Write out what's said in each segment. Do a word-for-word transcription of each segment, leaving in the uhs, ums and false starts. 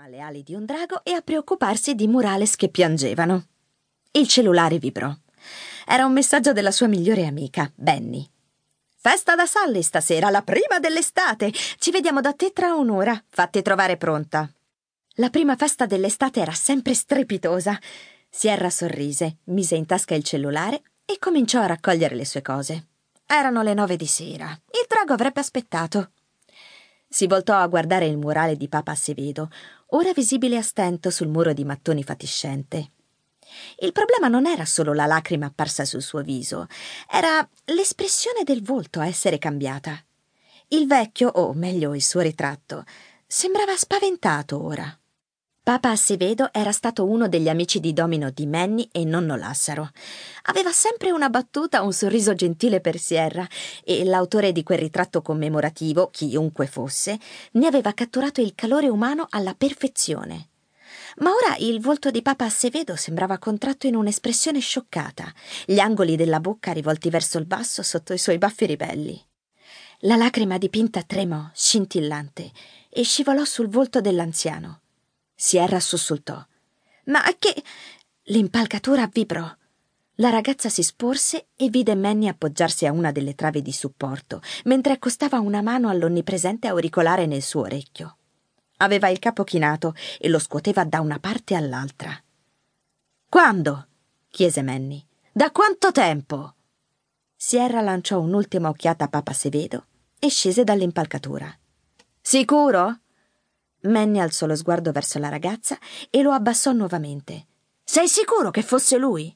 alle ali di un drago e a preoccuparsi di Murales che piangevano. Il cellulare vibrò. Era un messaggio della sua migliore amica, Benny. «Festa da Sally stasera, la prima dell'estate! Ci vediamo da te tra un'ora. Fatti trovare pronta!» La prima festa dell'estate era sempre strepitosa. Sierra sorrise, mise in tasca il cellulare e cominciò a raccogliere le sue cose. Erano le nove di sera. Il drago avrebbe aspettato. Si voltò a guardare il murale di Papa Acevedo, ora visibile a stento sul muro di mattoni fatiscente. Il problema non era solo la lacrima apparsa sul suo viso, era l'espressione del volto a essere cambiata. Il vecchio, o meglio il suo ritratto, sembrava spaventato ora. Papa Acevedo era stato uno degli amici di Domino di Manny e nonno Lassaro. Aveva sempre una battuta, un sorriso gentile per Sierra, e l'autore di quel ritratto commemorativo, chiunque fosse, ne aveva catturato il calore umano alla perfezione. Ma ora il volto di Papa Acevedo sembrava contratto in un'espressione scioccata, gli angoli della bocca rivolti verso il basso sotto i suoi baffi ribelli. La lacrima dipinta tremò, scintillante, e scivolò sul volto dell'anziano. Sierra sussultò. «Ma che...» L'impalcatura vibrò. La ragazza si sporse e vide Manny appoggiarsi a una delle travi di supporto, mentre accostava una mano all'onnipresente auricolare nel suo orecchio. Aveva il capo chinato e lo scuoteva da una parte all'altra. «Quando?» chiese Manny. «Da quanto tempo?» Sierra lanciò un'ultima occhiata a Papa Acevedo e scese dall'impalcatura. «Sicuro?» Manny alzò lo sguardo verso la ragazza e lo abbassò nuovamente. «Sei sicuro che fosse lui?»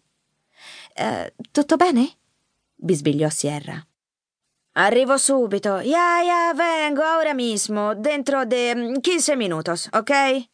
Eh, «Tutto bene?» bisbigliò Sierra. «Arrivo subito. Ya, ya, vengo ora mismo, dentro de quince minutos, ok?»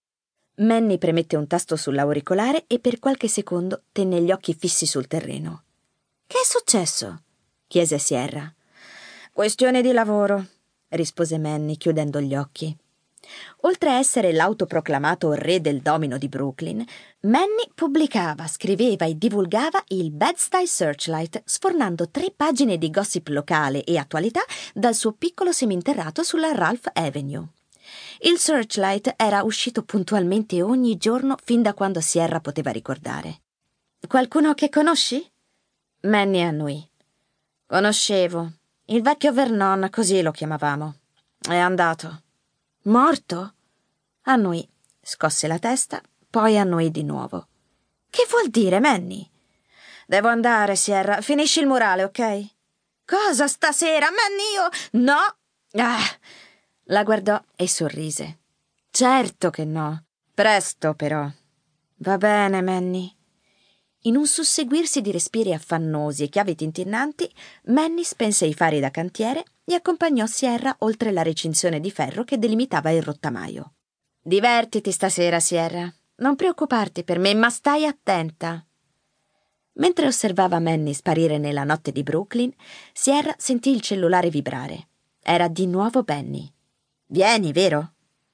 Manny premette un tasto sull'auricolare e per qualche secondo tenne gli occhi fissi sul terreno. «Che è successo?» chiese Sierra. «Questione di lavoro», rispose Manny chiudendo gli occhi. Oltre a essere l'autoproclamato re del domino di Brooklyn, Manny pubblicava, scriveva e divulgava il Bed-Stuy Searchlight, sfornando tre pagine di gossip locale e attualità dal suo piccolo seminterrato sulla Ralph Avenue. Il Searchlight era uscito puntualmente ogni giorno fin da quando Sierra poteva ricordare. «Qualcuno che conosci?» Manny annui. «Conoscevo. Il vecchio Vernon, così lo chiamavamo. È andato». «Morto?» Annui, scosse la testa, poi annui di nuovo. «Che vuol dire, Manny?» «Devo andare, Sierra. Finisci il murale, ok?» «Cosa stasera, Manny? Io... No!» ah. La guardò e sorrise. «Certo che no. Presto, però». «Va bene, Manny». In un susseguirsi di respiri affannosi e chiavi tintinnanti, Manny spense i fari da cantiere e accompagnò Sierra oltre la recinzione di ferro che delimitava il rottamaio. «Divertiti stasera, Sierra. Non preoccuparti per me, ma stai attenta». Mentre osservava Manny sparire nella notte di Brooklyn, Sierra sentì il cellulare vibrare. Era di nuovo Benny. «Vieni, vero?»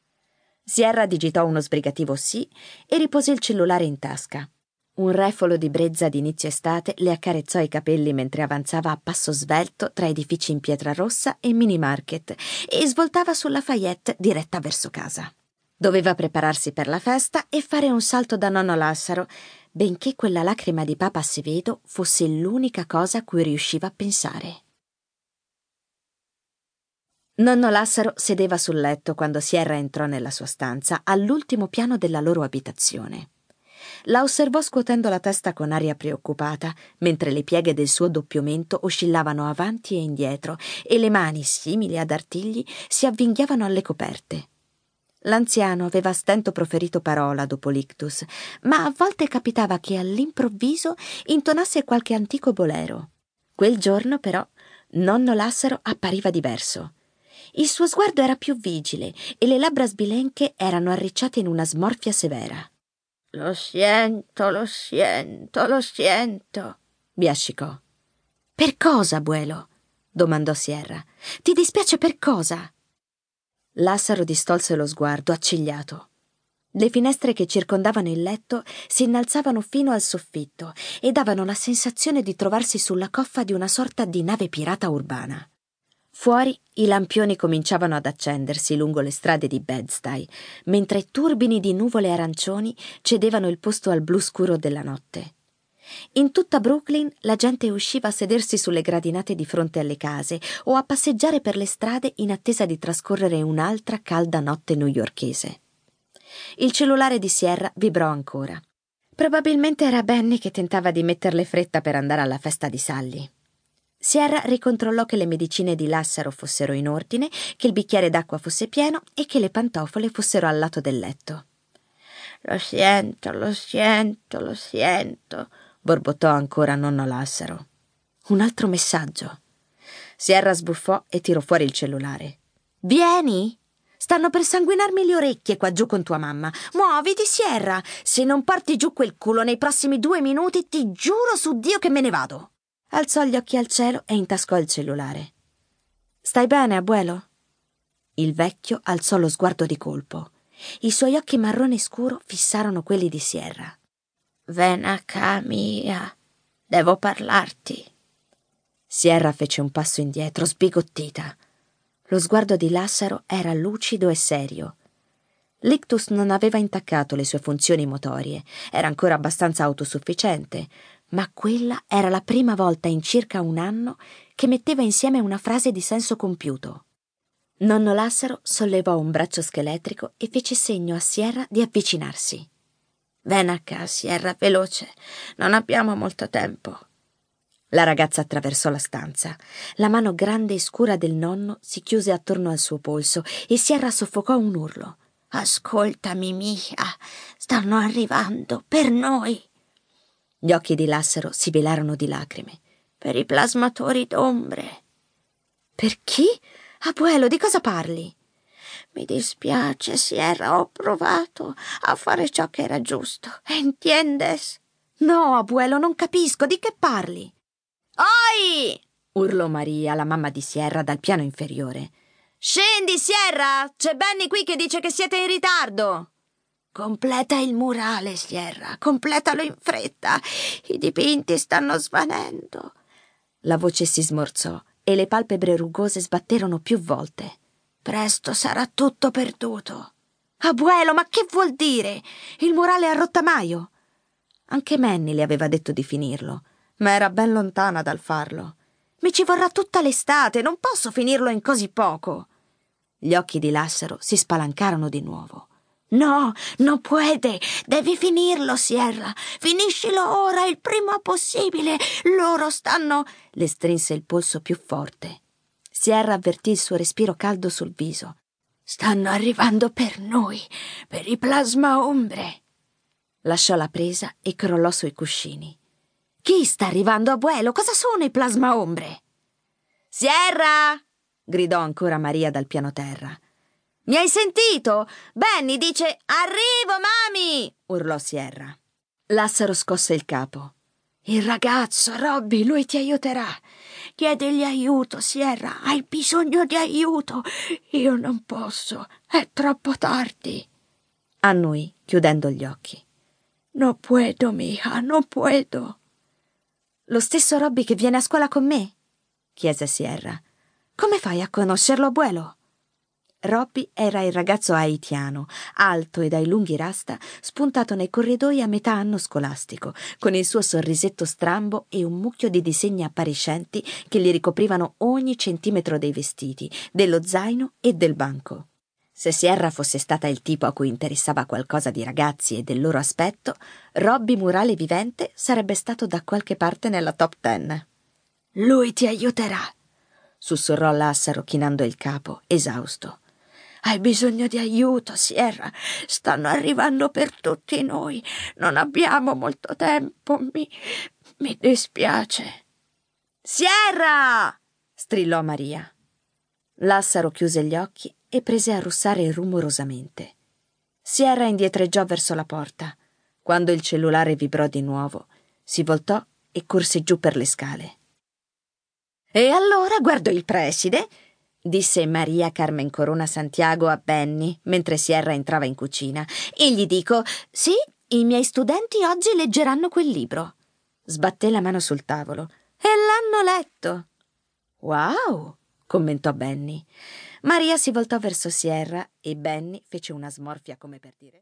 Sierra digitò uno sbrigativo sì e ripose il cellulare in tasca. Un refolo di brezza d'inizio estate le accarezzò i capelli mentre avanzava a passo svelto tra edifici in pietra rossa e mini market e svoltava sulla Lafayette diretta verso casa. Doveva prepararsi per la festa e fare un salto da nonno Lassaro, benché quella lacrima di Papa Acevedo fosse l'unica cosa a cui riusciva a pensare. Nonno Lassaro sedeva sul letto quando Sierra entrò nella sua stanza, all'ultimo piano della loro abitazione. La osservò scuotendo la testa con aria preoccupata, mentre le pieghe del suo doppio mento oscillavano avanti e indietro e le mani, simili ad artigli, si avvinghiavano alle coperte. L'anziano aveva a stento proferito parola dopo l'ictus, ma a volte capitava che all'improvviso intonasse qualche antico bolero. Quel giorno, però, nonno Lassaro appariva diverso. Il suo sguardo era più vigile e le labbra sbilenche erano arricciate in una smorfia severa. «Lo siento, lo siento, lo siento», biascicò. «Per cosa, abuelo?» domandò Sierra. «Ti dispiace per cosa?» Lassaro distolse lo sguardo, accigliato. Le finestre che circondavano il letto si innalzavano fino al soffitto e davano la sensazione di trovarsi sulla coffa di una sorta di nave pirata urbana. Fuori i lampioni cominciavano ad accendersi lungo le strade di Bed-Stuy, mentre turbini di nuvole arancioni cedevano il posto al blu scuro della notte. In tutta Brooklyn la gente usciva a sedersi sulle gradinate di fronte alle case o a passeggiare per le strade in attesa di trascorrere un'altra calda notte newyorkese. Il cellulare di Sierra vibrò ancora. Probabilmente era Benny che tentava di metterle fretta per andare alla festa di Sally. Sierra ricontrollò che le medicine di Lazzaro fossero in ordine, che il bicchiere d'acqua fosse pieno e che le pantofole fossero al lato del letto. «Lo sento, lo sento, lo sento», borbottò ancora nonno Lazzaro. Un altro messaggio. Sierra sbuffò e tirò fuori il cellulare. «Vieni? Stanno per sanguinarmi le orecchie qua giù con tua mamma. Muoviti, Sierra! Se non porti giù quel culo nei prossimi due minuti, ti giuro su Dio che me ne vado!» Alzò gli occhi al cielo e intascò il cellulare. «Stai bene, abuelo?» Il vecchio alzò lo sguardo di colpo. I suoi occhi marrone scuro fissarono quelli di Sierra. «Venaca mia, devo parlarti». Sierra fece un passo indietro, sbigottita. Lo sguardo di Lazzaro era lucido e serio. L'ictus non aveva intaccato le sue funzioni motorie, era ancora abbastanza autosufficiente, ma quella era la prima volta in circa un anno che metteva insieme una frase di senso compiuto. Nonno Lazzaro sollevò un braccio scheletrico e fece segno a Sierra di avvicinarsi. «Venacca, Sierra, veloce, non abbiamo molto tempo». La ragazza attraversò la stanza. La mano grande e scura del nonno si chiuse attorno al suo polso e Sierra soffocò un urlo. «Ascoltami, mia, stanno arrivando per noi». Gli occhi di Lazzaro si velarono di lacrime. «Per i plasmatori d'ombre». «Per chi? Abuelo, di cosa parli?» «Mi dispiace, Sierra, ho provato a fare ciò che era giusto. Entiendes?» «No, abuelo, non capisco. Di che parli?» «Oi!» urlò Maria, la mamma di Sierra, dal piano inferiore. «Scendi, Sierra! C'è Benny qui che dice che siete in ritardo!» «Completa il murale, Sierra, completalo in fretta. I dipinti stanno svanendo». La voce si smorzò e le palpebre rugose sbatterono più volte. «Presto sarà tutto perduto». «Abuelo, ma che vuol dire? Il murale è a rottamaio?» Anche Manny le aveva detto di finirlo, ma era ben lontana dal farlo. «Mi ci vorrà tutta l'estate, non posso finirlo in così poco». Gli occhi di Lazzaro si spalancarono di nuovo. «No, non puede, devi finirlo, Sierra. Finiscilo ora, il prima possibile. Loro stanno...» Le strinse il polso più forte. Sierra avvertì il suo respiro caldo sul viso. «Stanno arrivando per noi, per i plasma ombre». Lasciò la presa e crollò sui cuscini. «Chi sta arrivando, abuelo? Cosa sono i plasma ombre?» «Sierra!» gridò ancora Maria dal piano terra. «Mi hai sentito? Benny dice arrivo, mami!» urlò Sierra. Lazzaro scosse il capo. «Il ragazzo, Robby, lui ti aiuterà. Chiedigli aiuto, Sierra, hai bisogno di aiuto. Io non posso, è troppo tardi». Annui, chiudendo gli occhi. «No puedo, mija, no puedo». «Lo stesso Robby che viene a scuola con me?» chiese Sierra. «Come fai a conoscerlo, abuelo?» Robby era il ragazzo haitiano, alto e dai lunghi rasta, spuntato nei corridoi a metà anno scolastico, con il suo sorrisetto strambo e un mucchio di disegni appariscenti che gli ricoprivano ogni centimetro dei vestiti, dello zaino e del banco. Se Sierra fosse stata il tipo a cui interessava qualcosa di ragazzi e del loro aspetto, Robby Murale vivente sarebbe stato da qualche parte nella top ten. «Lui ti aiuterà», sussurrò Lazzaro chinando il capo, esausto. «Hai bisogno di aiuto, Sierra. Stanno arrivando per tutti noi. Non abbiamo molto tempo. Mi... mi dispiace». «Sierra!» strillò Maria. Lazzaro chiuse gli occhi e prese a russare rumorosamente. Sierra indietreggiò verso la porta. Quando il cellulare vibrò di nuovo, si voltò e corse giù per le scale. «E allora guardo il preside», disse Maria Carmen Corona Santiago a Benny mentre Sierra entrava in cucina, «e gli dico, sì, i miei studenti oggi leggeranno quel libro». Sbatté la mano sul tavolo. «E l'hanno letto». «Wow!» commentò Benny. Maria si voltò verso Sierra e Benny fece una smorfia come per dire